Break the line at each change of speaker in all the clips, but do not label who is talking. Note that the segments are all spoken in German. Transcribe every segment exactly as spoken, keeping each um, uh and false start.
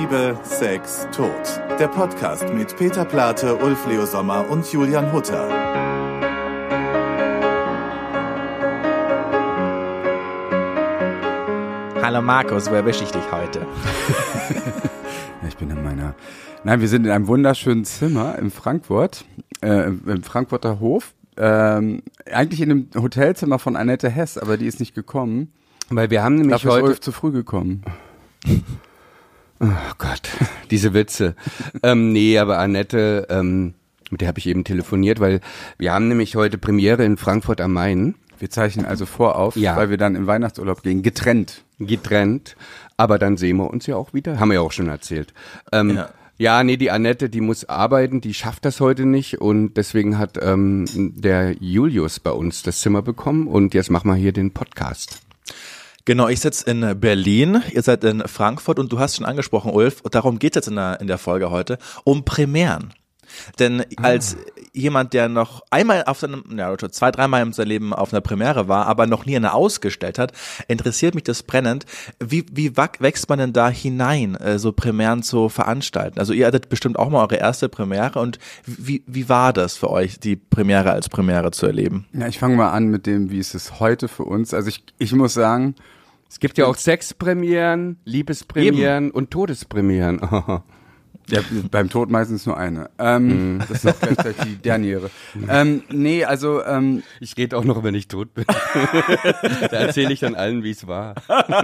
Liebe, Sex, Tod. Der Podcast mit Peter Plate, Ulf Leo Sommer und Julian Hutter.
Hallo Markus, wo erwische ich dich heute?
Ich bin in meiner... Nein, wir sind in einem wunderschönen Zimmer in Frankfurt, äh, im Frankfurter Hof. Ähm, eigentlich in einem Hotelzimmer von Annette Hess, aber die ist nicht gekommen.
Weil wir haben nämlich
Dafür
heute...
ist Ulf zu früh gekommen.
Oh Gott, diese Witze. ähm, nee, aber Annette, ähm, mit der habe ich eben telefoniert, weil wir haben nämlich heute Premiere in Frankfurt am Main.
Wir zeichnen also vorauf,
Ja.
weil wir dann in Weihnachtsurlaub gehen, getrennt.
Getrennt, aber dann sehen wir uns ja auch wieder. Haben wir ja auch schon erzählt. Ähm, ja. ja, nee, die Annette, die muss arbeiten, die schafft das heute nicht und deswegen hat ähm, der Julius bei uns das Zimmer bekommen und jetzt machen wir hier den Podcast.
Genau, ich sitze in Berlin, ihr seid in Frankfurt und du hast schon angesprochen, Ulf, und darum geht es jetzt in der, in der Folge heute, um Premieren. Denn als ah. jemand, der noch einmal auf seinem, ja, zwei, dreimal in seinem Leben auf einer Premiere war, aber noch nie eine ausgestellt hat, interessiert mich das brennend. Wie, wie wächst man denn da hinein, so Premieren zu veranstalten? Also ihr hattet bestimmt auch mal eure erste Premiere und wie, wie war das für euch, die Premiere als Premiere zu erleben?
Ja, ich fange mal an mit dem, wie ist es heute für uns. Also ich, ich muss sagen,
es gibt ja auch Sexpremieren, Liebespremieren und Todespremieren.
Ja, beim Tod meistens nur eine. Ähm, mm. Das ist auch gleichzeitig die derniere. ähm, nee, also ähm,
ich rede auch noch, wenn ich tot bin. Da erzähle ich dann allen, wie es war.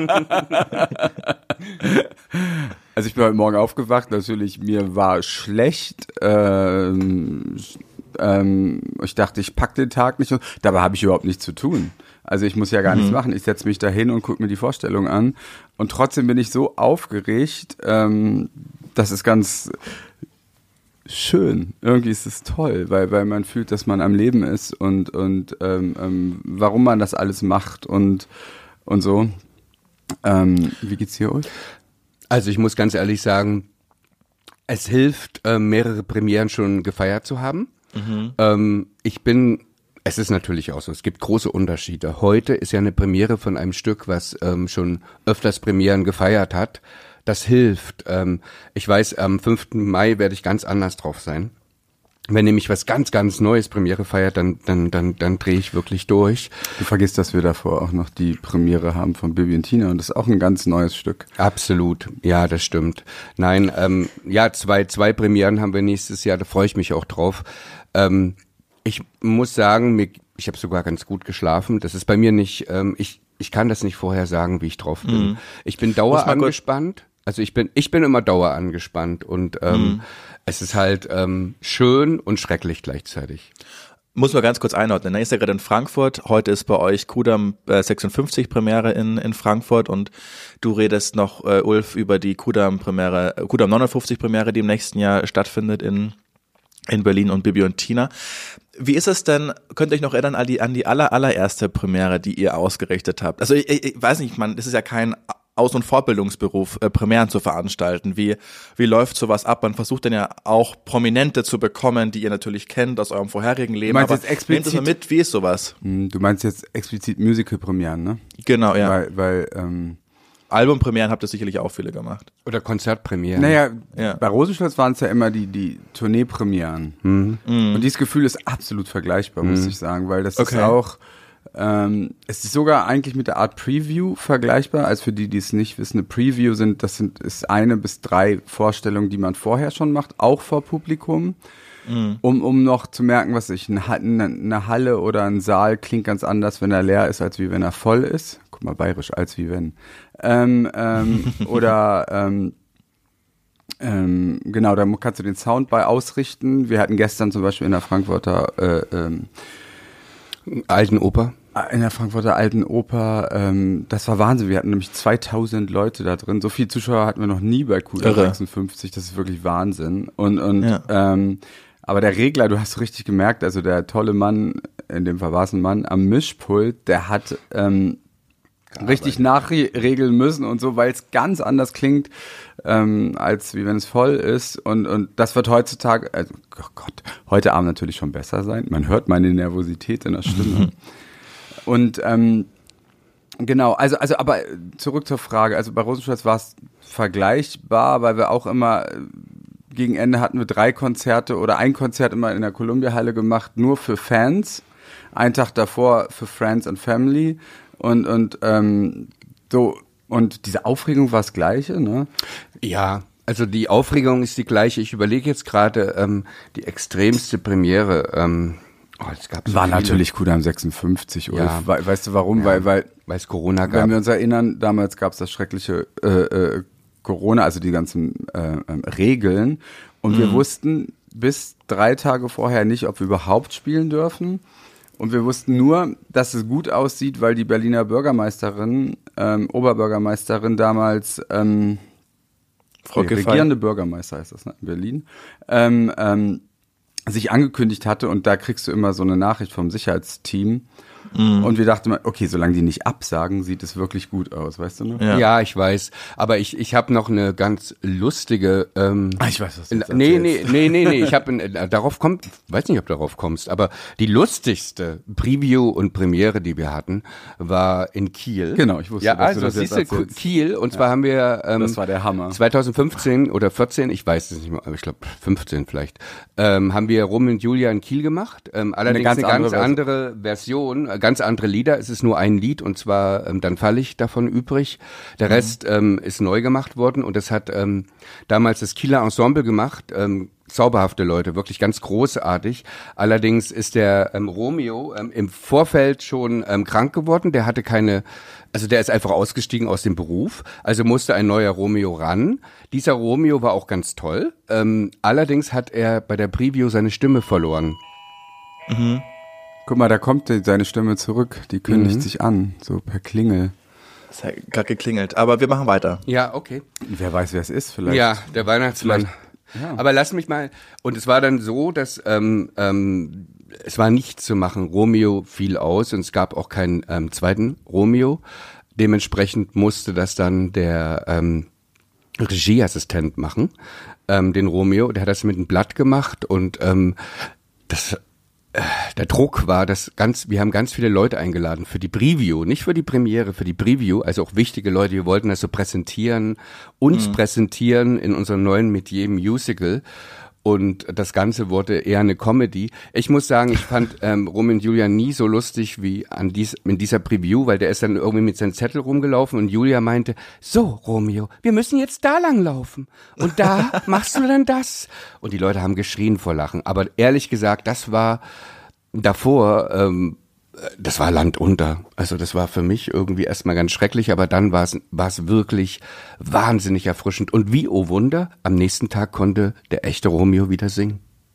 Also ich bin heute Morgen aufgewacht, natürlich, mir war schlecht. Ähm, ähm, ich dachte, ich pack den Tag nicht. Dabei habe ich überhaupt nichts zu tun. Also ich muss ja gar mhm. nichts machen. Ich setze mich da hin und gucke mir die Vorstellung an. Und trotzdem bin ich so aufgeregt. Ähm, das ist ganz schön. Irgendwie ist es toll, weil, weil man fühlt, dass man am Leben ist und, und ähm, ähm, warum man das alles macht und, und so. Ähm, wie geht's dir, Ulf?
Also ich muss ganz ehrlich sagen, es hilft, äh, mehrere Premieren schon gefeiert zu haben. Mhm. Ähm, ich bin... Es ist natürlich auch so, es gibt große Unterschiede. Heute ist ja eine Premiere von einem Stück, was ähm, schon öfters Premieren gefeiert hat. Das hilft. Ähm, ich weiß, am fünften Mai werde ich ganz anders drauf sein. Wenn nämlich was ganz, ganz Neues Premiere feiert, dann dann dann dann drehe ich wirklich durch.
Du vergisst, dass wir davor auch noch die Premiere haben von Bibi und Tina und das ist auch ein ganz neues Stück.
Absolut, ja, das stimmt. Nein, ähm, ja, zwei zwei Premieren haben wir nächstes Jahr, da freue ich mich auch drauf. Ähm, Ich muss sagen, mir, ich habe sogar ganz gut geschlafen. Das ist bei mir nicht, ähm, ich ich kann das nicht vorher sagen, wie ich drauf bin. Mhm. Ich bin dauer angespannt. Also ich bin ich bin immer dauer angespannt und ähm, mhm. es ist halt ähm, schön und schrecklich gleichzeitig.
Muss man ganz kurz einordnen. Ihr ist ja gerade in Frankfurt. Heute ist bei euch Kudam äh, sechsundfünfzig Premiere in in Frankfurt und du redest noch, äh, Ulf, über die Kudam Premiere, äh, Kudam neunundfünfzig Premiere, die im nächsten Jahr stattfindet in in Berlin und Bibi und Tina. Wie ist es denn, könnt ihr euch noch erinnern an die, an die aller, allererste Premiere, die ihr ausgerichtet habt? Also ich, ich, ich weiß nicht, man, das ist ja kein Aus- und Fortbildungsberuf, äh, Premieren zu veranstalten. Wie, wie läuft sowas ab? Man versucht dann ja auch Prominente zu bekommen, die ihr natürlich kennt aus eurem vorherigen Leben.
Du meinst
aber
jetzt explizit,
nehmt es mal mit, wie ist sowas?
Du meinst jetzt explizit Musical-Premieren, ne?
Genau, ja.
Weil, weil ähm
Albumpremieren habt ihr sicherlich auch viele gemacht.
Oder Konzertpremieren.
Naja,
ja.
bei Rosenstolz waren es ja immer die, die Tourneepremieren. Mhm. Und dieses Gefühl ist absolut vergleichbar, mhm. muss ich sagen, weil das
okay.
ist auch, ähm, es ist sogar eigentlich mit der Art Preview vergleichbar. Also für die, die es nicht wissen, eine Preview sind, das sind, ist eine bis drei Vorstellungen, die man vorher schon macht, auch vor Publikum. Mhm. Um, um noch zu merken, was ich, eine, eine Halle oder ein Saal klingt ganz anders, wenn er leer ist, als wie wenn er voll ist. Guck mal, bayerisch, als wie wenn. Ähm, ähm, oder, ähm, ähm, genau, da kannst du den Sound bei ausrichten. Wir hatten gestern zum Beispiel in der Frankfurter, äh, ähm,
Alten Oper.
In der Frankfurter Alten Oper, ähm, das war Wahnsinn. Wir hatten nämlich zweitausend Leute da drin. So viele Zuschauer hatten wir noch nie bei Kudam sechsundfünfzig. Das ist wirklich Wahnsinn. Und, und, ja. ähm, aber der Regler, du hast richtig gemerkt, also der tolle Mann, in dem Fall war es ein Mann, am Mischpult, der hat ähm, richtig nachregeln müssen und so, weil es ganz anders klingt, ähm, als wie wenn es voll ist. Und, und das wird heutzutage, also, oh Gott, heute Abend natürlich schon besser sein. Man hört meine Nervosität in der Stimme. und ähm, Genau, also, also, aber zurück zur Frage. Also bei Rosenstrauß war es vergleichbar, weil wir auch immer gegen Ende hatten wir drei Konzerte oder ein Konzert immer in der Columbia-Halle gemacht, nur für Fans. Einen Tag davor für Friends and Family und, und, ähm, so, und diese Aufregung war das Gleiche, ne?
Ja, also die Aufregung ist die gleiche. Ich überlege jetzt gerade, ähm, die extremste Premiere, ähm, oh, es gab so
war
viele.
natürlich Kudam sechsundfünfzig, oder?
Ja.
We- weißt du warum?
Ja,
weil, weil,
weil es Corona gab.
wenn wir uns erinnern, damals gab es das schreckliche äh, äh, Corona, also die ganzen äh, äh, Regeln. Und mhm. wir wussten bis drei Tage vorher nicht, ob wir überhaupt spielen dürfen. Und wir wussten nur, dass es gut aussieht, weil die Berliner Bürgermeisterin, ähm, Oberbürgermeisterin damals, ähm,
Frau
die regierende Bürgermeister heißt das, ne, in Berlin, ähm, ähm, sich angekündigt hatte, und da kriegst du immer so eine Nachricht vom Sicherheitsteam. Mhm. Und wir dachten mal, okay, solange die nicht absagen, sieht es wirklich gut aus, weißt du noch?
Ja, ja ich weiß. Aber ich, ich habe noch eine ganz lustige. Ähm,
ah, ich weiß, was du jetzt
Nee, nee, nee, nee, nee. Ich habe äh, darauf kommt, weiß nicht, ob du darauf kommst, aber die lustigste Preview und Premiere, die wir hatten, war in Kiel.
Genau, ich wusste,
ja,
dass
also,
du das jetzt
siehst du,
erzählst.
Kiel, und zwar ja. haben wir ähm,
das war der Hammer.
zwanzig fünfzehn oder vierzehn, ich weiß es nicht mehr, aber ich glaube fünfzehn vielleicht, ähm, haben wir Romeo und Julia in Kiel gemacht. Ähm, allerdings eine ganz, eine ganz andere, andere Version, äh, ganz andere Lieder. Es ist nur ein Lied, und zwar ähm, Dann falle ich davon übrig. Der mhm. Rest ähm, ist neu gemacht worden, und das hat ähm, damals das Kieler Ensemble gemacht. Ähm, zauberhafte Leute, wirklich ganz großartig. Allerdings ist der ähm, Romeo ähm, im Vorfeld schon ähm, krank geworden. Der hatte keine, also der ist einfach ausgestiegen aus dem Beruf. Also musste ein neuer Romeo ran. Dieser Romeo war auch ganz toll. Ähm, allerdings hat er bei der Preview seine Stimme verloren.
Mhm. Guck mal, da kommt seine Stimme zurück. Die kündigt mhm. sich an, so per Klingel.
Das hat gerade geklingelt, aber wir machen weiter.
Ja, okay.
Wer weiß, wer es ist vielleicht.
Ja, der Weihnachtsmann. Ja. Aber lass mich mal, und es war dann so, dass ähm, ähm, es war nichts zu machen. Romeo fiel aus, und es gab auch keinen ähm, zweiten Romeo. Dementsprechend musste das dann der ähm, Regieassistent machen, ähm, den Romeo. Der hat das mit einem Blatt gemacht, und ähm, das der Druck war, dass ganz, wir haben ganz viele Leute eingeladen für die Preview, nicht für die Premiere, für die Preview, also auch wichtige Leute. Wir wollten das so präsentieren, uns mhm. präsentieren in unserem neuen Metier Musical. Und das Ganze wurde eher eine Comedy. Ich muss sagen, ich fand ähm, Romeo und Julia nie so lustig wie an dies, in dieser Preview, weil der ist dann irgendwie mit seinem Zettel rumgelaufen, und Julia meinte, so Romeo, wir müssen jetzt da lang laufen. Und da machst du dann das. Und die Leute haben geschrien vor Lachen. Aber ehrlich gesagt, das war davor, ähm, das war Land unter. Also das war für mich irgendwie erstmal ganz schrecklich, aber dann war es war es wirklich wahnsinnig erfrischend. Und wie, oh Wunder, am nächsten Tag konnte der echte Romeo wieder singen.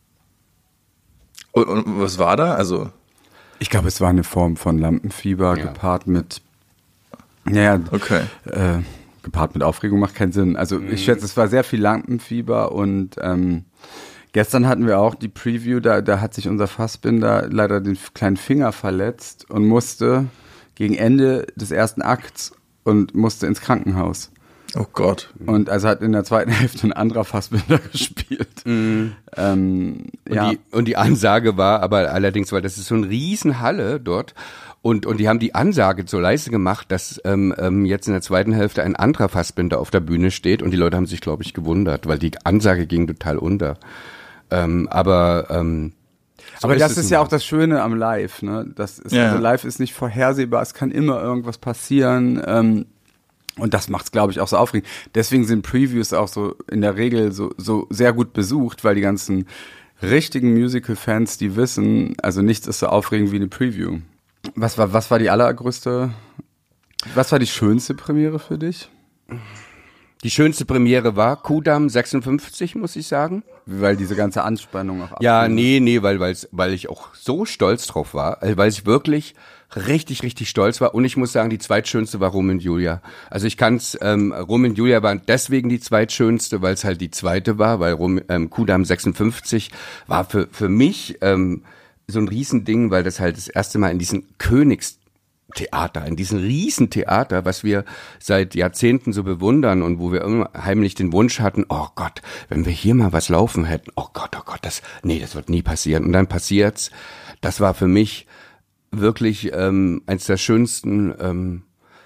Und, und was war da? Also
ich glaube, es war eine Form von Lampenfieber, ja. gepaart mit, naja,
okay.
äh, gepaart mit Aufregung macht keinen Sinn. Also mhm. ich schätze, es war sehr viel Lampenfieber, und ähm, gestern hatten wir auch die Preview, da, da hat sich unser Fassbinder leider den kleinen Finger verletzt und musste gegen Ende des ersten Akts und musste ins Krankenhaus.
Oh Gott.
Und also hat in der zweiten Hälfte ein anderer Fassbinder gespielt.
Mhm.
Ähm,
und,
ja.
die, und die Ansage war aber allerdings, weil das ist so eine Riesenhalle dort, und, und die haben die Ansage so leise gemacht, dass ähm, ähm, jetzt in der zweiten Hälfte ein anderer Fassbinder auf der Bühne steht, und die Leute haben sich, glaube ich, gewundert, weil die Ansage ging total unter. Ähm, aber ähm, so
aber
ist
das ist ja
mal.
auch das Schöne am Live, ne? Das ist,
ja.
also Live ist nicht vorhersehbar, es kann immer irgendwas passieren, ähm, und das macht's, glaube ich, auch so aufregend. Deswegen sind Previews auch so in der Regel so so sehr gut besucht, weil die ganzen richtigen Musical-Fans, die wissen, also nichts ist so aufregend wie eine Preview. Was war was war die allergrößte, was war die schönste Premiere für dich?
Die schönste Premiere war Kudam sechsundfünfzig, muss ich sagen.
Weil diese ganze Anspannung auch
Ja,
abging.
nee, nee, weil, weil's, weil ich auch so stolz drauf war, also weil ich wirklich richtig, richtig stolz war. Und ich muss sagen, die zweitschönste war Romeo und Julia. Also ich kann's, ähm, Romeo und Julia waren deswegen die zweitschönste, weil es halt die zweite war, weil Rom, ähm, Kudam sechsundfünfzig war für, für mich ähm, so ein Riesending, weil das halt das erste Mal in diesen Königs Theater, in diesem Riesentheater, was wir seit Jahrzehnten so bewundern und wo wir immer heimlich den Wunsch hatten, oh Gott, wenn wir hier mal was laufen hätten, oh Gott, oh Gott, das, nee, das wird nie passieren. Und dann passiert's. Das war für mich wirklich ähm, eins der schönsten ähm,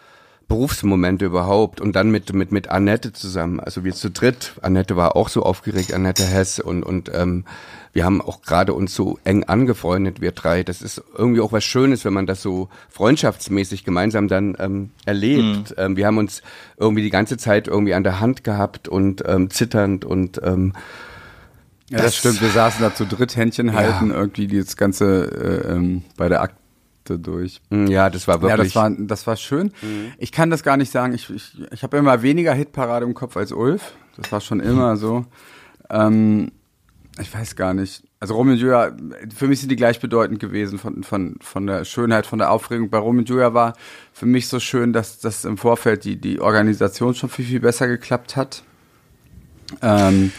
Berufsmomente überhaupt und dann mit mit mit Annette zusammen, also wir zu dritt. Annette war auch so aufgeregt, Annette Hess und und ähm, wir haben auch gerade uns so eng angefreundet, wir drei. Das ist irgendwie auch was Schönes, wenn man das so freundschaftsmäßig gemeinsam dann ähm, erlebt. Mhm. Ähm, wir haben uns irgendwie die ganze Zeit irgendwie an der Hand gehabt und ähm, zitternd und ähm,
ja, das, das stimmt. Wir saßen da zu dritt, Händchen halten, ja. irgendwie das Ganze äh, ähm, bei der Akte durch.
Ja, das war wirklich.
Ja, das war, das war schön. Mhm. Ich kann das gar nicht sagen. Ich, ich, ich habe immer weniger Hitparade im Kopf als Ulf. Das war schon immer so. Ähm, ich weiß gar nicht. Also Romeo und Julia, für mich sind die gleichbedeutend gewesen von, von, von der Schönheit, von der Aufregung. Bei Romeo und Julia war für mich so schön, dass das im Vorfeld die, die Organisation schon viel, viel besser geklappt hat. Ähm,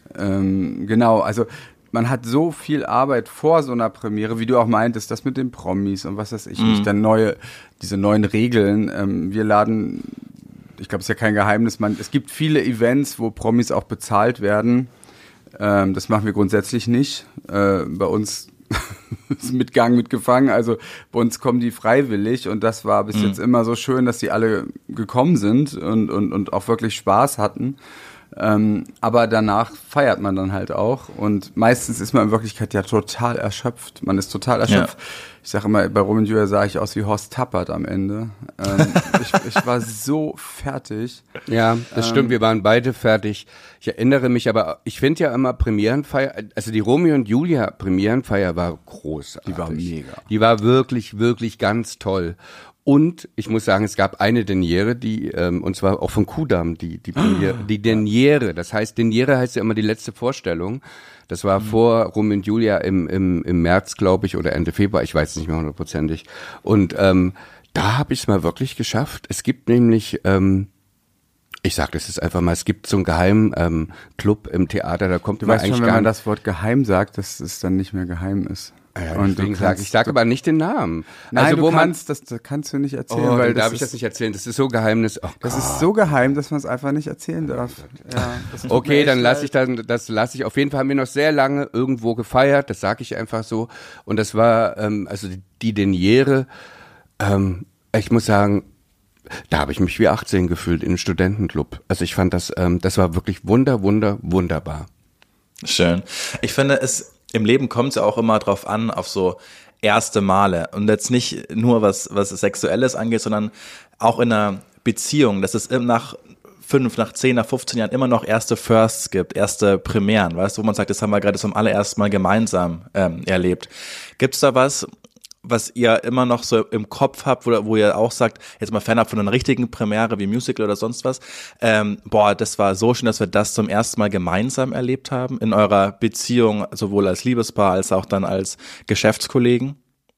ähm, genau, also man hat so viel Arbeit vor so einer Premiere, wie du auch meintest, das mit den Promis und was weiß ich, mhm. nicht, dann neue, diese neuen Regeln. Ähm, wir laden, ich glaube, es ist ja kein Geheimnis, man, es gibt viele Events, wo Promis auch bezahlt werden. Ähm, das machen wir grundsätzlich nicht. Äh, bei uns ist Mitgang, mitgefangen, also bei uns kommen die freiwillig und das war bis mhm. jetzt immer so schön, dass die alle gekommen sind und, und, und auch wirklich Spaß hatten. Ähm, aber danach feiert man dann halt auch und meistens ist man in Wirklichkeit ja total erschöpft. Man ist total erschöpft. Ja. Ich sage immer, bei Romeo und Julia sah ich aus wie Horst Tappert am Ende. Ähm, ich, ich war so fertig.
Ja, das ähm, stimmt, wir waren beide fertig. Ich erinnere mich aber, ich finde ja immer Premierenfeier, also die Romeo und Julia Premierenfeier war großartig.
Die war mega.
Die war wirklich, wirklich ganz toll. Und ich muss sagen, es gab eine Deniere, die, ähm, und zwar auch von Kudam, die, die Premiere, die Deniere. Das heißt, Deniere heißt ja immer die letzte Vorstellung. Das war mhm. vor Romeo und Julia im, im, im März, glaube ich, oder Ende Februar, ich weiß nicht mehr hundertprozentig. Und ähm, da habe ich es mal wirklich geschafft. Es gibt nämlich, ähm, ich sag das jetzt einfach mal, es gibt so einen geheimen ähm, Club im Theater, da kommt
du
immer
weißt
eigentlich
schon, wenn
gar
man das Wort geheim sagt, dass es dann nicht mehr geheim ist.
Ja, und deswegen sag, ich sage aber nicht den Namen.
Nein,
also,
du
wo
kannst, das, das kannst du nicht erzählen,
oh,
weil
darf
das
ich
ist,
das nicht erzählen? Das ist so Geheimnis. Oh,
das ist so geheim, dass man es einfach nicht erzählen darf. Ja, das tut
okay,
mir
dann
echt
lasse ich
leid.
dann, das lasse ich. Auf jeden Fall haben wir noch sehr lange irgendwo gefeiert. Das sage ich einfach so. Und das war, ähm, also die, die Deniere. Ähm, ich muss sagen, da habe ich mich wie achtzehn gefühlt in einem Studentenclub. Also ich fand das, ähm, das war wirklich wunder, wunder, wunderbar.
Schön. Ich finde, es im Leben kommt es ja auch immer drauf an, auf so erste Male. Und jetzt nicht nur was, was Sexuelles angeht, sondern auch in einer Beziehung, dass es nach fünf, nach zehn, nach fünfzehn Jahren immer noch erste Firsts gibt, erste Premieren, weißt du, wo man sagt, das haben wir gerade zum allerersten Mal gemeinsam ähm, erlebt. Gibt's da was, was ihr immer noch so im Kopf habt, wo, wo ihr auch sagt, jetzt mal fernab von einer richtigen Premiere wie Musical oder sonst was, ähm, boah, das war so schön, dass wir das zum ersten Mal gemeinsam erlebt haben in eurer Beziehung, sowohl als Liebespaar als auch dann als Geschäftskollegen?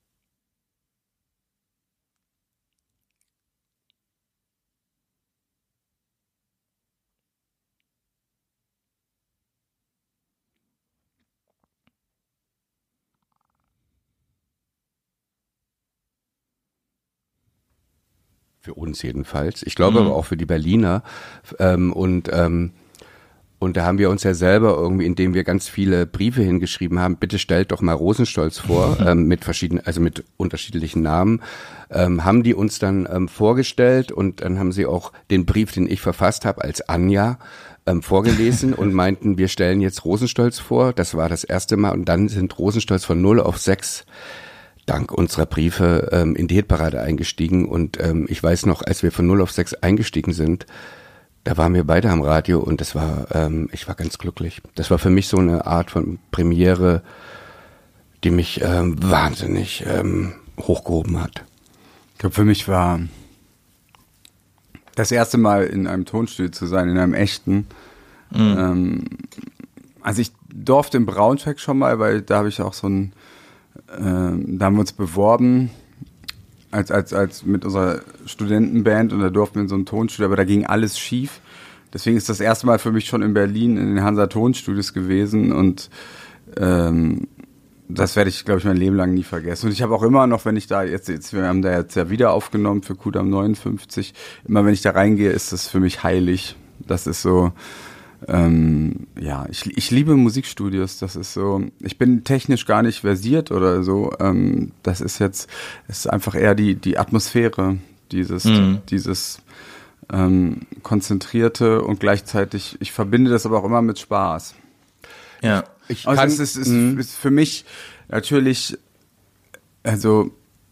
Für uns jedenfalls. Ich glaube mhm. aber auch für die Berliner. Ähm, und ähm, und da haben wir uns ja selber irgendwie, indem wir ganz viele Briefe hingeschrieben haben, bitte stellt doch mal Rosenstolz vor, ähm, mit verschiedenen, also mit unterschiedlichen Namen, ähm, haben die uns dann ähm, vorgestellt und dann haben sie auch den Brief, den ich verfasst habe, als Anja ähm, vorgelesen und meinten, wir stellen jetzt Rosenstolz vor. Das war das erste Mal und dann sind Rosenstolz von null auf sechs dank unserer Briefe ähm, in die Hitparade eingestiegen und ähm, ich weiß noch, als wir von null auf sechs eingestiegen sind, da waren wir beide am Radio und das war, ähm, ich war ganz glücklich. Das war für mich so eine Art von Premiere, die mich ähm, wahnsinnig ähm, hochgehoben hat.
Ich glaube, für mich war das erste Mal in einem Tonstudio zu sein, in einem echten. Mhm. Ähm, also ich durfte in Braunschweig schon mal, weil da habe ich auch so ein Ähm, da haben wir uns beworben als, als, als mit unserer Studentenband und da durften wir in so ein Tonstudio, aber da ging alles schief. Deswegen ist das erste Mal für mich schon in Berlin in den Hansa-Tonstudios gewesen und ähm, das werde ich, glaube ich, mein Leben lang nie vergessen. Und ich habe auch immer noch, wenn ich da jetzt, jetzt, wir haben da jetzt ja wieder aufgenommen für Kudam neunundfünfzig, immer wenn ich da reingehe, ist das für mich heilig. Das ist so, Ähm, ja, ich, ich liebe Musikstudios, das ist so, ich bin technisch gar nicht versiert oder so, ähm, das ist jetzt, es ist einfach eher die, die Atmosphäre, Dieses,
Mhm.
dieses ähm, konzentrierte und gleichzeitig, ich verbinde das aber auch immer mit Spaß.
Ja.
Ich
Also
kann,
es ist, ist,
mh.
ist für mich natürlich, also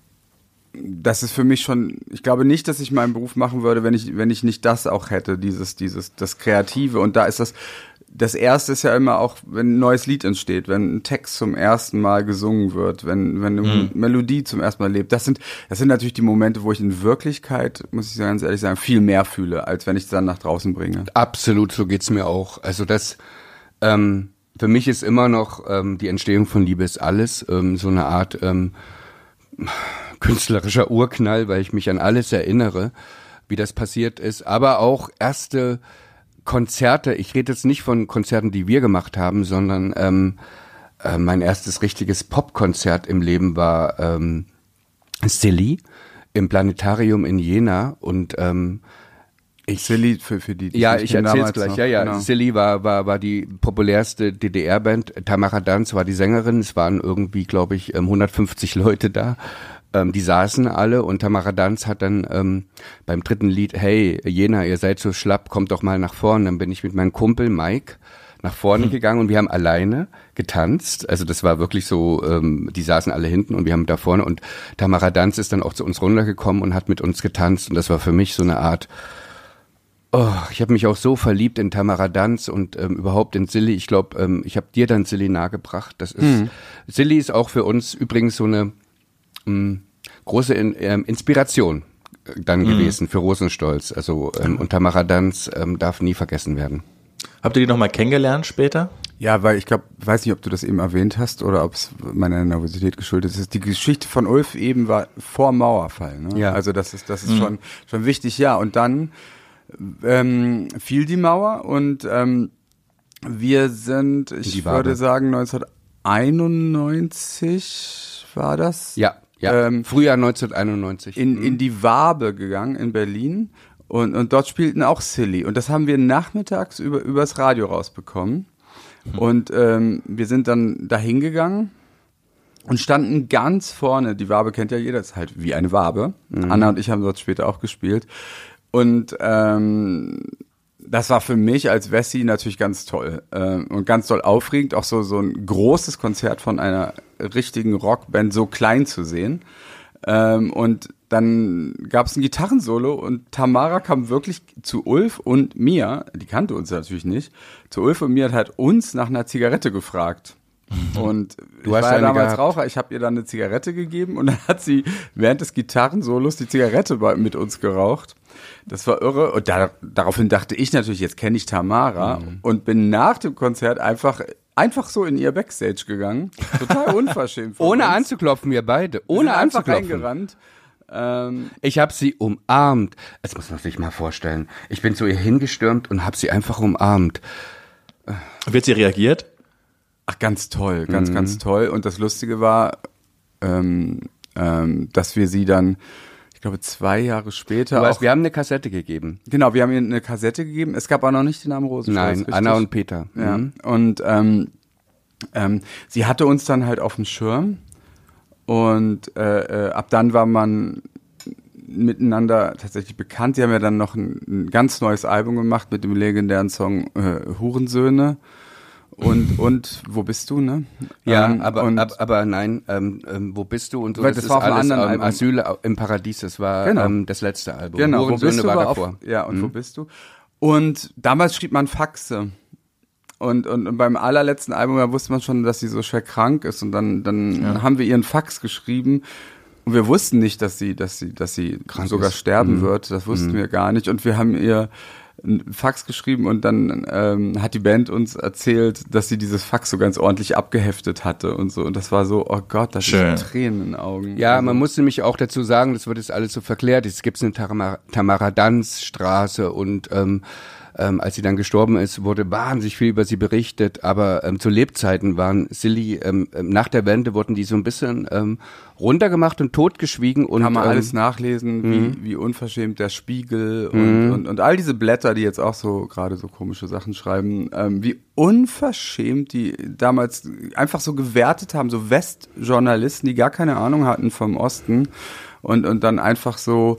das ist für mich schon, ich glaube nicht, dass ich meinen Beruf machen würde, wenn ich, wenn ich nicht das auch hätte, dieses, dieses, das Kreative. Und da ist das, das Erste ist ja immer auch, wenn ein neues Lied entsteht, wenn ein Text zum ersten Mal gesungen wird, wenn, wenn eine
Mhm.
Melodie zum ersten Mal lebt. Das sind, das sind natürlich die Momente, wo ich in Wirklichkeit, muss ich ganz ehrlich sagen, viel mehr fühle, als wenn ich es dann nach draußen bringe.
Absolut, so geht's mir auch. Also das, ähm, für mich ist immer noch ähm, die Entstehung von Liebe ist alles ähm, so eine Art ähm, künstlerischer Urknall, weil ich mich an alles erinnere, wie das passiert ist. Aber auch erste Konzerte. Ich rede jetzt nicht von Konzerten, die wir gemacht haben, sondern ähm, äh, mein erstes richtiges Popkonzert im Leben war ähm, Silly im Planetarium in Jena und ähm, ich
Silly für, für die, die
ja,
nicht
ich
kennen,
erzähl's
damals
gleich.
noch.
Ja, ja.
Genau.
Silly war, war, war die populärste D D R-Band. Tamara Danz war die Sängerin. Es waren irgendwie, glaube ich, hundertfünfzig Leute da. Ähm, die saßen alle und Tamara Danz hat dann ähm, beim dritten Lied, hey, Jena, ihr seid so schlapp, kommt doch mal nach vorne. Dann bin ich mit meinem Kumpel Mike nach vorne hm. gegangen und wir haben alleine getanzt. Also das war wirklich so, ähm, die saßen alle hinten und wir haben da vorne und Tamara Danz ist dann auch zu uns runtergekommen und hat mit uns getanzt und das war für mich so eine Art, oh, ich habe mich auch so verliebt in Tamara Danz und ähm, überhaupt in Silly. Ich glaube, ähm, ich habe dir dann Silly nahegebracht. Das ist
Mhm.
Silly ist auch für uns übrigens so eine mh, große in, ähm, Inspiration äh, dann
Mhm.
gewesen für Rosenstolz. Also ähm, und Tamara Danz ähm, darf nie vergessen werden.
Habt ihr die nochmal kennengelernt später?
Ja, weil ich glaube, weiß nicht, ob du das eben erwähnt hast oder ob es meiner Nervosität geschuldet ist. Die Geschichte von Ulf eben war vor Mauerfall. Ne?
Ja.
Also das ist, das ist mhm. schon, schon wichtig. Ja, und dann ähm, fiel die Mauer und ähm, wir sind, ich
Die
würde
Wabe.
sagen, neunzehnhunderteinundneunzig war das?
Ja, ja.
Ähm,
Frühjahr neunzehnhunderteinundneunzig.
in, in die Wabe gegangen in Berlin und, und dort spielten auch Silly und das haben wir nachmittags über übers Radio rausbekommen mhm. und ähm, wir sind dann dahin gegangen und standen ganz vorne, die Wabe kennt ja jeder, das ist halt wie eine Wabe, mhm. Anna und ich haben dort später auch gespielt und ähm, das war für mich als Wessi natürlich ganz toll äh, und ganz toll aufregend, auch so, so ein großes Konzert von einer richtigen Rockband so klein zu sehen. Ähm, und dann gab es ein Gitarrensolo und Tamara kam wirklich zu Ulf und mir, die kannte uns natürlich nicht, zu Ulf und mir hat halt uns nach einer Zigarette gefragt. Und
Du
ich
hast
war ja
eine
damals
gehabt.
Raucher, ich habe ihr dann eine Zigarette gegeben und dann hat sie während des Gitarrensolos die Zigarette bei, mit uns geraucht. Das war irre und da, daraufhin dachte ich natürlich, jetzt kenne ich Tamara mhm. und bin nach dem Konzert einfach einfach so in ihr Backstage gegangen, total unverschämt. von
Ohne
uns.
anzuklopfen, wir beide.
Wir
Ohne
sind einfach
anzuklopfen.
reingerannt. Ähm,
Ich habe sie umarmt. Das muss man sich mal vorstellen. Ich bin zu ihr hingestürmt und habe sie einfach umarmt.
Wie hat sie reagiert?
ach, ganz toll, ganz,
Mhm.
ganz toll. Und das Lustige war, ähm, ähm, dass wir sie dann, ich glaube, zwei Jahre später
Du weißt,
auch,
wir haben eine Kassette gegeben.
genau, wir haben ihr eine Kassette gegeben. Es gab auch noch nicht den Namen Rosenstolz.
Nein,
richtig?
Anna und Peter.
Ja,
Mhm.
und ähm, ähm, sie hatte uns dann halt auf dem Schirm und äh, äh, ab dann war man miteinander tatsächlich bekannt. Sie haben ja dann noch ein, ein ganz neues Album gemacht mit dem legendären Song äh, Hurensöhne und und wo bist du, ne?
Ja,
Ähm,
aber,
und,
aber aber nein, ähm, ähm, wo bist du und so,
Weil
das,
das
ist
war auf einem
alles
anderen
ähm,
Album.
Asyl im Paradies, das war
Genau.
ähm, das letzte Album.
Genau, wo
Hurensöhne
bist du?
war
war
davor.
auf, ja, und
Mhm.
wo bist du? Und damals schrieb man Faxe. Und, und, und beim allerletzten Album da wusste man schon, dass sie so schwer krank ist. Und dann, dann
Ja.
haben wir ihren Fax geschrieben. Und wir wussten nicht, dass sie, dass sie, dass sie
Krank
sogar
ist.
sterben
Mhm.
wird. Das wussten wir gar nicht. Und wir haben ihr ein Fax geschrieben und dann ähm, hat die Band uns erzählt, dass sie dieses Fax so ganz ordentlich abgeheftet hatte und so. Und das war so, oh Gott, das
Schön.
ist Tränen in den Augen.
Ja,
Also,
man muss nämlich auch dazu sagen, das wird jetzt alles so verklärt. Es gibt eine Tamara, Tamara Danz Straße und ähm, ähm, als sie dann gestorben ist, wurde wahnsinnig viel über sie berichtet. Aber ähm, zu Lebzeiten waren Silly, ähm, ähm, nach der Wende wurden die so ein bisschen ähm, runtergemacht und totgeschwiegen. Und,
kann man
ähm,
alles nachlesen, wie, wie unverschämt der Spiegel und, und, und all diese Blätter, die jetzt auch so gerade so komische Sachen schreiben, ähm, wie unverschämt die damals einfach so gewertet haben, so Westjournalisten, die gar keine Ahnung hatten vom Osten und, und dann einfach so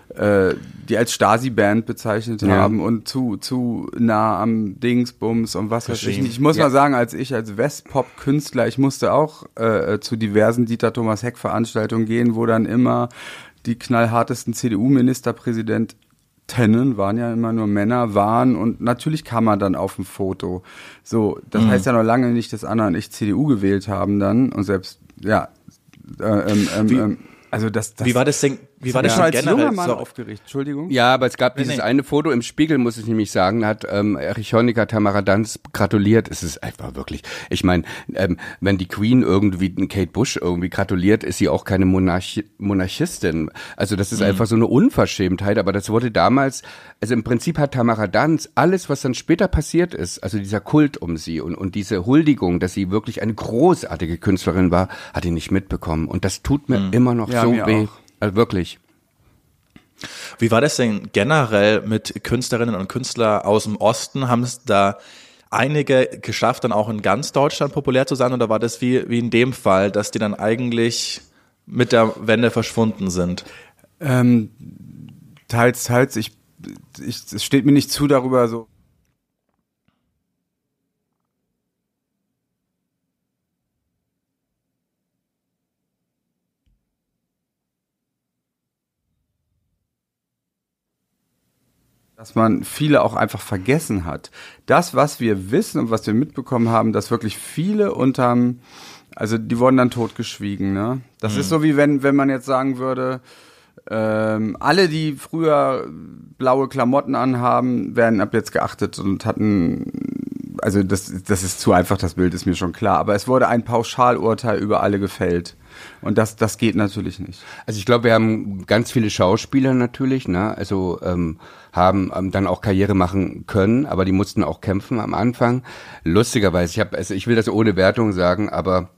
äh, die als Stasi-Band bezeichnet
Ja.
haben und zu zu nah am Dingsbums und was weiß ich
Regime.
nicht. Ich muss
Ja.
mal sagen, als ich als Westpop-Künstler, ich musste auch äh, zu diversen Dieter Thomas Heck-Veranstaltungen gehen, wo dann immer die knallhartesten C D U-Ministerpräsidentinnen, waren ja immer nur Männer, waren und natürlich kam man dann auf ein Foto. So, das
Mhm.
heißt ja noch lange nicht, dass Anna und ich C D U gewählt haben dann und selbst, ja, äh, ähm, ähm,
Wie-
ähm, also das, das
Wie war das denn, wie war das
schon
schon
als junger
generell
Mann
so?
aufgeregt, Entschuldigung.
Ja, aber es gab
Nee,
dieses
nee.
eine Foto im Spiegel, muss ich nämlich sagen, da hat ähm, Erich Honecker Tamara Danz gratuliert. Es ist einfach wirklich, ich meine, ähm, wenn die Queen irgendwie Kate Bush irgendwie gratuliert, ist sie auch keine Monarch Monarchistin. Also das ist einfach so eine Unverschämtheit, aber das wurde damals, also im Prinzip hat Tamara Danz alles, was dann später passiert ist, also dieser Kult um sie und, und diese Huldigung, dass sie wirklich eine großartige Künstlerin war, hat die nicht mitbekommen. Und das tut mir immer noch
Ja,
so
mir
weh.
auch.
Also wirklich.
Wie war das denn generell mit Künstlerinnen und Künstlern aus dem Osten? Haben es da einige geschafft, dann auch in ganz Deutschland populär zu sein? Oder war das wie, wie in dem Fall, dass die dann eigentlich mit der Wende verschwunden sind?
Ähm, teils, teils. Ich, ich, es steht mir nicht zu, darüber so. Dass man viele auch einfach vergessen hat. Das, was wir wissen und was wir mitbekommen haben, dass wirklich viele unterm, also die wurden dann totgeschwiegen, ne? Das ist so wie wenn, wenn man jetzt sagen würde, ähm, alle, die früher blaue Klamotten anhaben, werden ab jetzt geachtet und hatten, also das, das ist zu einfach, das Bild ist mir schon klar, aber es wurde ein Pauschalurteil über alle gefällt. Und das, das geht natürlich nicht.
Also ich glaube, wir haben ganz viele Schauspieler natürlich, ne? Also ähm, haben ähm, dann auch Karriere machen können, aber die mussten auch kämpfen am Anfang. Lustigerweise, ich habe, also ich will das ohne Wertung sagen, aber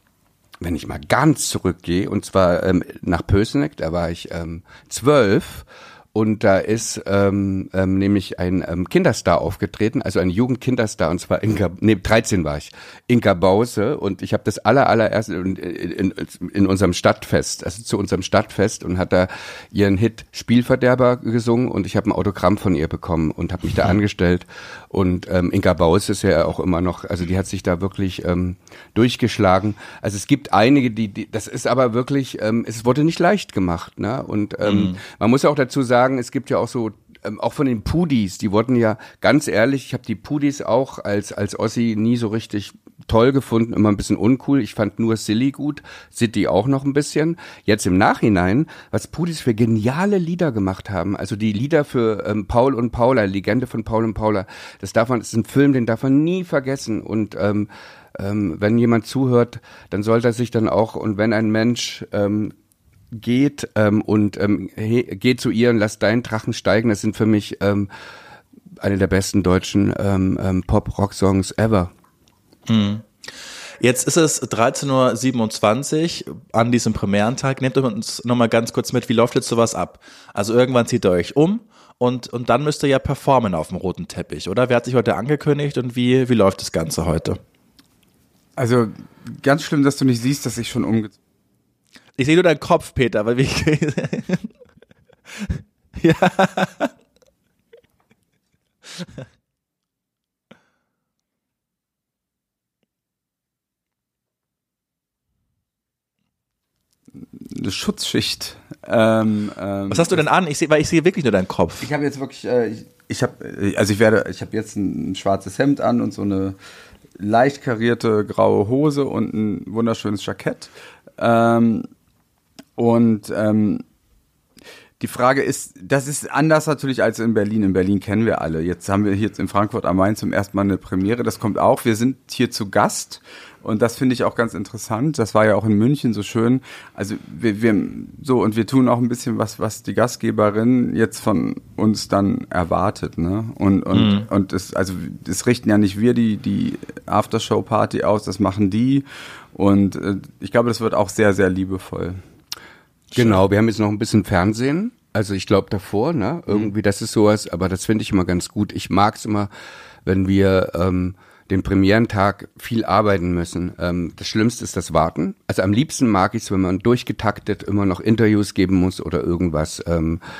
wenn ich mal ganz zurückgehe, und zwar ähm, nach Pößneck, da war ich ähm, zwölf. Und da ist ähm, ähm, nämlich ein ähm, Kinderstar aufgetreten, also ein Jugendkinderstar, und zwar Inka, nee, dreizehn war ich, Inka Bause. Und ich habe das aller, allererste in, in, in unserem Stadtfest, also zu unserem Stadtfest, und hat da ihren Hit Spielverderber gesungen und ich habe ein Autogramm von ihr bekommen und habe mich da angestellt. Und ähm, Inka Bause ist ja auch immer noch, also die hat sich da wirklich ähm, durchgeschlagen. Also es gibt einige, die, die das ist aber wirklich, ähm, es wurde nicht leicht gemacht, ne? Und ähm, mhm. man muss auch dazu sagen, es gibt ja auch so, ähm, auch von den Pudis, die wurden ja, ganz ehrlich, ich habe die Pudis auch als als Ossi nie so richtig toll gefunden, immer ein bisschen uncool. Ich fand nur Silly gut, City auch noch ein bisschen. Jetzt im Nachhinein, was Pudis für geniale Lieder gemacht haben, also die Lieder für ähm, Paul und Paula, Legende von Paul und Paula, das darf man, das ist ein Film, den darf man nie vergessen. Und ähm, ähm, wenn jemand zuhört, dann sollte er sich dann auch, und wenn ein Mensch ähm, geht ähm, und ähm, he, geh zu ihr und lass deinen Drachen steigen, das sind für mich ähm, eine der besten deutschen ähm, ähm, Pop-Rock-Songs ever.
Hm. Jetzt ist es dreizehn Uhr siebenundzwanzig an diesem Premierentag. Nehmt uns nochmal ganz kurz mit, wie läuft jetzt sowas ab? Also irgendwann zieht ihr euch um und, und dann müsst ihr ja performen auf dem roten Teppich, oder? Wer hat sich heute angekündigt und wie, wie läuft das Ganze heute?
Also ganz schlimm, dass du nicht siehst, dass ich schon umgezogen
Ich sehe nur deinen Kopf, Peter, weil wir. Ja.
eine Schutzschicht. Ähm, ähm,
Was hast du denn an? Ich sehe, weil ich sehe wirklich nur deinen Kopf.
Ich habe jetzt wirklich, äh, ich, ich habe, also ich werde, ich habe jetzt ein, ein schwarzes Hemd an und so eine leicht karierte graue Hose und ein wunderschönes Jackett. Ähm, und ähm, die Frage ist, das ist anders natürlich als in Berlin. In Berlin kennen wir alle. Jetzt haben wir hier in Frankfurt am Main zum ersten Mal eine Premiere. Das kommt auch. Wir sind hier zu Gast. Und das finde ich auch ganz interessant. Das war ja auch in München so schön. Also wir, wir so und wir tun auch ein bisschen was, was die Gastgeberin jetzt von uns dann erwartet, ne? Und und mhm. und es also das richten ja nicht wir die die Aftershow-Party aus, das machen die. Und äh, ich glaube, das wird auch sehr sehr liebevoll.
Genau, wir haben jetzt noch ein bisschen Fernsehen. Also ich glaube davor, ne? Irgendwie, das ist sowas, aber das finde ich immer ganz gut. Ich mag's immer, wenn wir ähm, den Premierentag viel arbeiten müssen. Ähm, das Schlimmste ist das Warten. Also am liebsten mag ich es, wenn man durchgetaktet immer noch Interviews geben muss oder irgendwas. Ähm,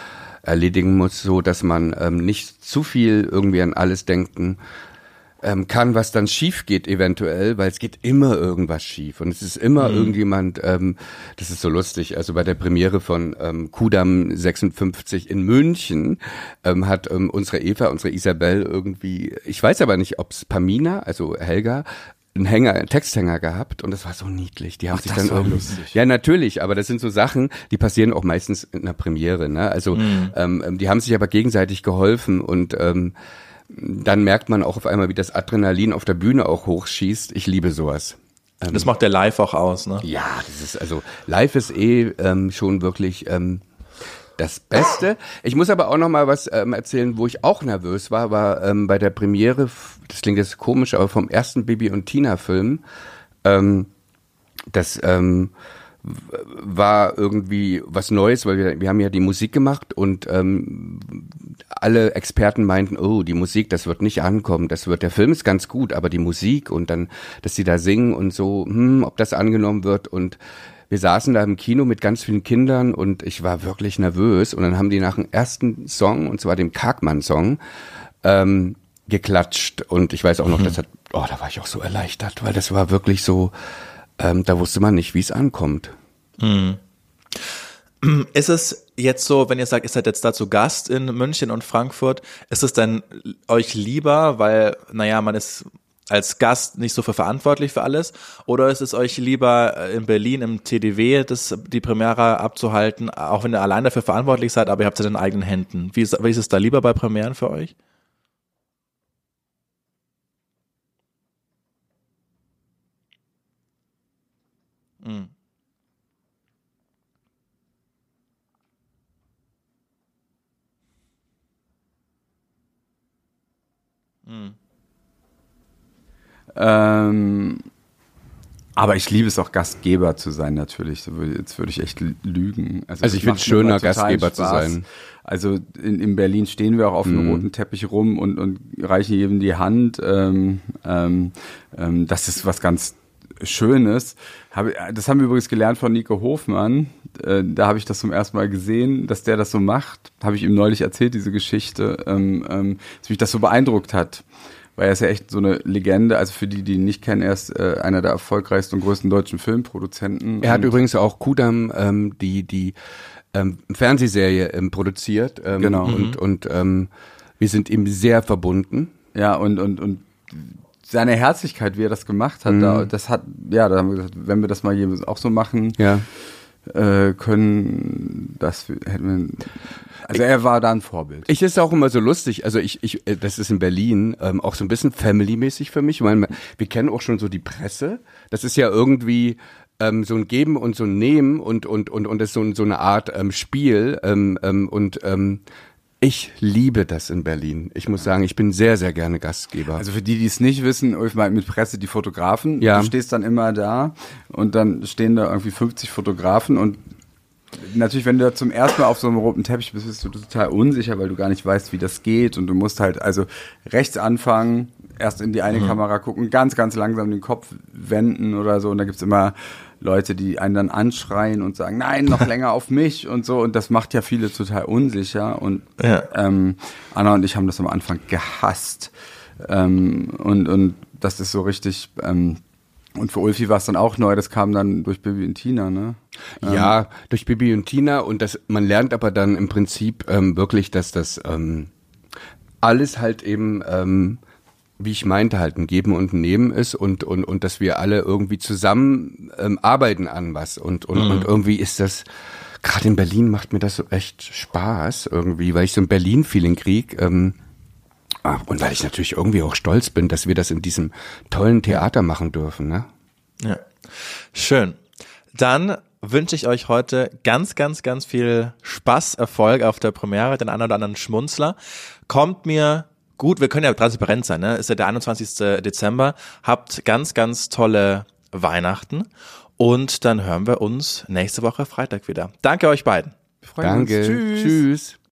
erledigen muss, so dass man ähm, nicht zu viel irgendwie an alles denken ähm, kann, was dann schief geht eventuell, weil es geht immer irgendwas schief und es ist immer mhm. irgendjemand, ähm, das ist so lustig, also bei der Premiere von ähm, Kudamm sechsundfünfzig in München ähm, hat ähm, unsere Eva, unsere Isabel irgendwie, ich weiß aber nicht, ob es Pamina, also Helga, einen Hänger, einen Texthänger gehabt und das war so niedlich. Die haben
Ach,
sich
das
dann
war
irgendwie,
lustig.
ja natürlich, aber das sind so Sachen, die passieren auch meistens in einer Premiere, ne? Also
Mhm.
ähm, die haben sich aber gegenseitig geholfen und ähm, dann merkt man auch auf einmal, wie das Adrenalin auf der Bühne auch hochschießt. Ich liebe sowas. Ähm,
Das macht der Live auch aus, ne?
ja, das ist also live ist eh ähm, schon wirklich ähm, das Beste. Ich muss aber auch noch mal was ähm, erzählen, wo ich auch nervös war, war ähm, bei der Premiere, das klingt jetzt komisch, aber vom ersten Bibi und Tina Film. Ähm, das ähm, war irgendwie was Neues, weil wir, wir haben ja die Musik gemacht und ähm, alle Experten meinten, oh, die Musik, das wird nicht ankommen, das wird, der Film ist ganz gut, aber die Musik und dann, dass sie da singen und so, hm, ob das angenommen wird und wir saßen da im Kino mit ganz vielen Kindern und ich war wirklich nervös und dann haben die nach dem ersten Song, und zwar dem Kargmann-Song, ähm, geklatscht und ich weiß auch noch, mhm. das hat, oh, da war ich auch so erleichtert, weil das war wirklich so, ähm, da wusste man nicht, wie es ankommt.
Mhm. Ist es jetzt so, wenn ihr sagt, ihr seid jetzt da zu Gast in München und Frankfurt, ist es dann euch lieber, weil, naja, man ist als Gast nicht so für verantwortlich für alles, oder ist es euch lieber in Berlin im T D W das, die Premiere abzuhalten, auch wenn ihr allein dafür verantwortlich seid, aber ihr habt es in den eigenen Händen? Wie ist, wie ist es da lieber bei Premieren für euch? Mhm. Mhm.
Ähm, aber ich liebe es auch, Gastgeber zu sein, natürlich. So würde- Jetzt würde ich echt lügen.
Also
das
ich finde
macht
es
mir
schöner,
immer total
Gastgeber zu
Spaß.
sein.
Also in, in Berlin stehen wir auch auf einem
Mhm.
roten Teppich rum und, und reichen jedem die Hand. Ähm, ähm, ähm, das ist was ganz Schönes. Hab, das haben wir übrigens gelernt von Nico Hofmann. Äh, da habe ich das zum ersten Mal gesehen, dass der das so macht. Habe ich ihm neulich erzählt, diese Geschichte, ähm, ähm, dass mich das so beeindruckt hat. Weil er ist ja echt so eine Legende. Also für die, die ihn nicht kennen, er ist äh, einer der erfolgreichsten und größten deutschen Filmproduzenten.
Er hat
und
übrigens auch Kudamm ähm, die die ähm, Fernsehserie ähm, produziert ähm,
Genau.
und und ähm, wir sind ihm sehr verbunden.
Ja, und, und, und seine Herzlichkeit, wie er das gemacht hat,
Mhm.
da, das hat, ja, da haben wir gesagt, wenn wir das mal hier auch so machen
Ja.
äh, können, das hätten wir, also er war da ein Vorbild.
Ich ist auch immer so lustig, also ich, ich, äh, das ist in Berlin ähm, auch so ein bisschen family-mäßig für mich, weil wir kennen auch schon so die Presse. Das ist ja irgendwie ähm, so ein Geben und so ein Nehmen und und und und das ist so, so eine Art ähm, Spiel ähm, ähm, und ähm, ich liebe das in Berlin. Ich muss sagen, ich bin sehr, sehr gerne Gastgeber.
Also für die, die es nicht wissen, Ulf meint mit Presse die Fotografen.
Ja.
Du stehst dann immer da und dann stehen da irgendwie fünfzig Fotografen und natürlich, wenn du da zum ersten Mal auf so einem roten Teppich bist, bist du total unsicher, weil du gar nicht weißt, wie das geht und du musst halt also rechts anfangen, erst in die eine
Mhm.
Kamera gucken, ganz, ganz langsam den Kopf wenden oder so und da gibt's immer Leute, die einen dann anschreien und sagen, nein, noch länger auf mich und so und das macht ja viele total unsicher und
Ja.
ähm, Anna und ich haben das am Anfang gehasst ähm, und, und das ist so richtig ähm, und für Ulfi war es dann auch neu, das kam dann durch Bibi und Tina, ne?
Ja, durch Bibi und Tina und das, man lernt aber dann im Prinzip ähm, wirklich, dass das ähm, alles halt eben, ähm, wie ich meinte, halt ein Geben und ein Nehmen ist und und und dass wir alle irgendwie zusammen ähm, arbeiten an was und und,
Mhm.
und irgendwie ist das, gerade in Berlin macht mir das so echt Spaß irgendwie, weil ich so ein Berlin-Feeling krieg. Ähm, ah, und weil ich natürlich irgendwie auch stolz bin, dass wir das in diesem tollen Theater machen dürfen, ne?
Ja. Schön. Dann wünsche ich euch heute ganz, ganz, ganz viel Spaß, Erfolg auf der Premiere, den einen oder anderen Schmunzler. Kommt mir gut, wir können ja transparent sein, ne? Ist ja der einundzwanzigsten Dezember. Habt ganz, ganz tolle Weihnachten und dann hören wir uns nächste Woche Freitag wieder. Danke euch beiden.
Wir freuen uns.
Danke.
Tschüss.
Tschüss.